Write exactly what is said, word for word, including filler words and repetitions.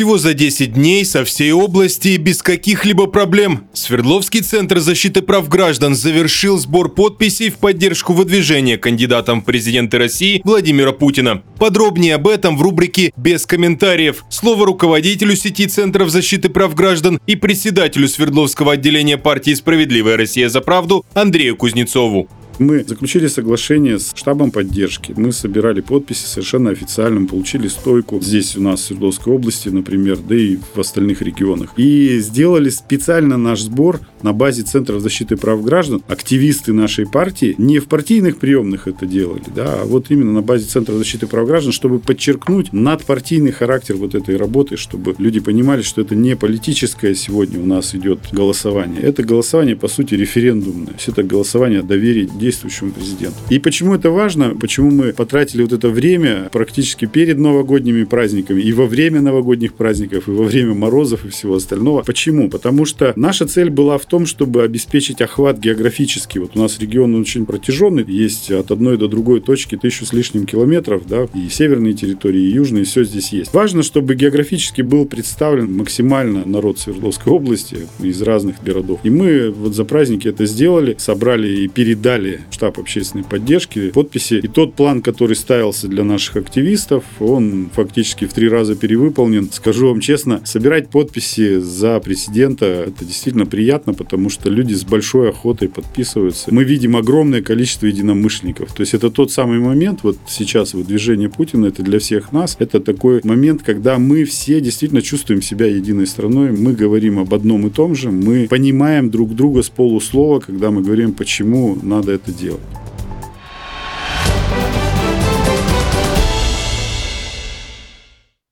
Всего за десять дней со всей области без каких-либо проблем Свердловский центр защиты прав граждан завершил сбор подписей в поддержку выдвижения кандидатом в президенты России Владимира Путина. Подробнее об этом в рубрике «Без комментариев». Слово руководителю сети центров защиты прав граждан и председателю Свердловского отделения партии «Справедливая Россия за правду» Андрею Кузнецову. Мы заключили соглашение с штабом поддержки. Мы собирали подписи совершенно официально, мы получили стойку здесь у нас в Свердловской области, например, да и в остальных регионах. И сделали специально наш сбор на базе Центров защиты прав граждан. Активисты нашей партии не в партийных приемных это делали, да, а вот именно на базе Центров защиты прав граждан, чтобы подчеркнуть надпартийный характер вот этой работы, чтобы люди понимали, что это не политическое сегодня у нас идет голосование. Это голосование, по сути, референдумное. То есть это голосование о доверии действующему президенту. И почему это важно? Почему мы потратили вот это время практически перед новогодними праздниками и во время новогодних праздников, и во время морозов и всего остального? Почему? Потому что наша цель была в том, чтобы обеспечить охват географический. Вот у нас регион очень протяженный, есть от одной до другой точки тысячу с лишним километров, да, и северные территории, и южные, все здесь есть. Важно, чтобы географически был представлен максимально народ Свердловской области из разных городов. И мы вот за праздники это сделали, собрали и передали штаб общественной поддержки подписи. И тот план, который ставился для наших активистов, он фактически в три раза перевыполнен. Скажу вам честно, собирать подписи за президента — это действительно приятно, потому что люди с большой охотой подписываются. Мы видим огромное количество единомышленников. То есть это тот самый момент, вот сейчас выдвижение Путина, это для всех нас, это такой момент, когда мы все действительно чувствуем себя единой страной, мы говорим об одном и том же, мы понимаем друг друга с полуслова, когда мы говорим, почему надо это делать.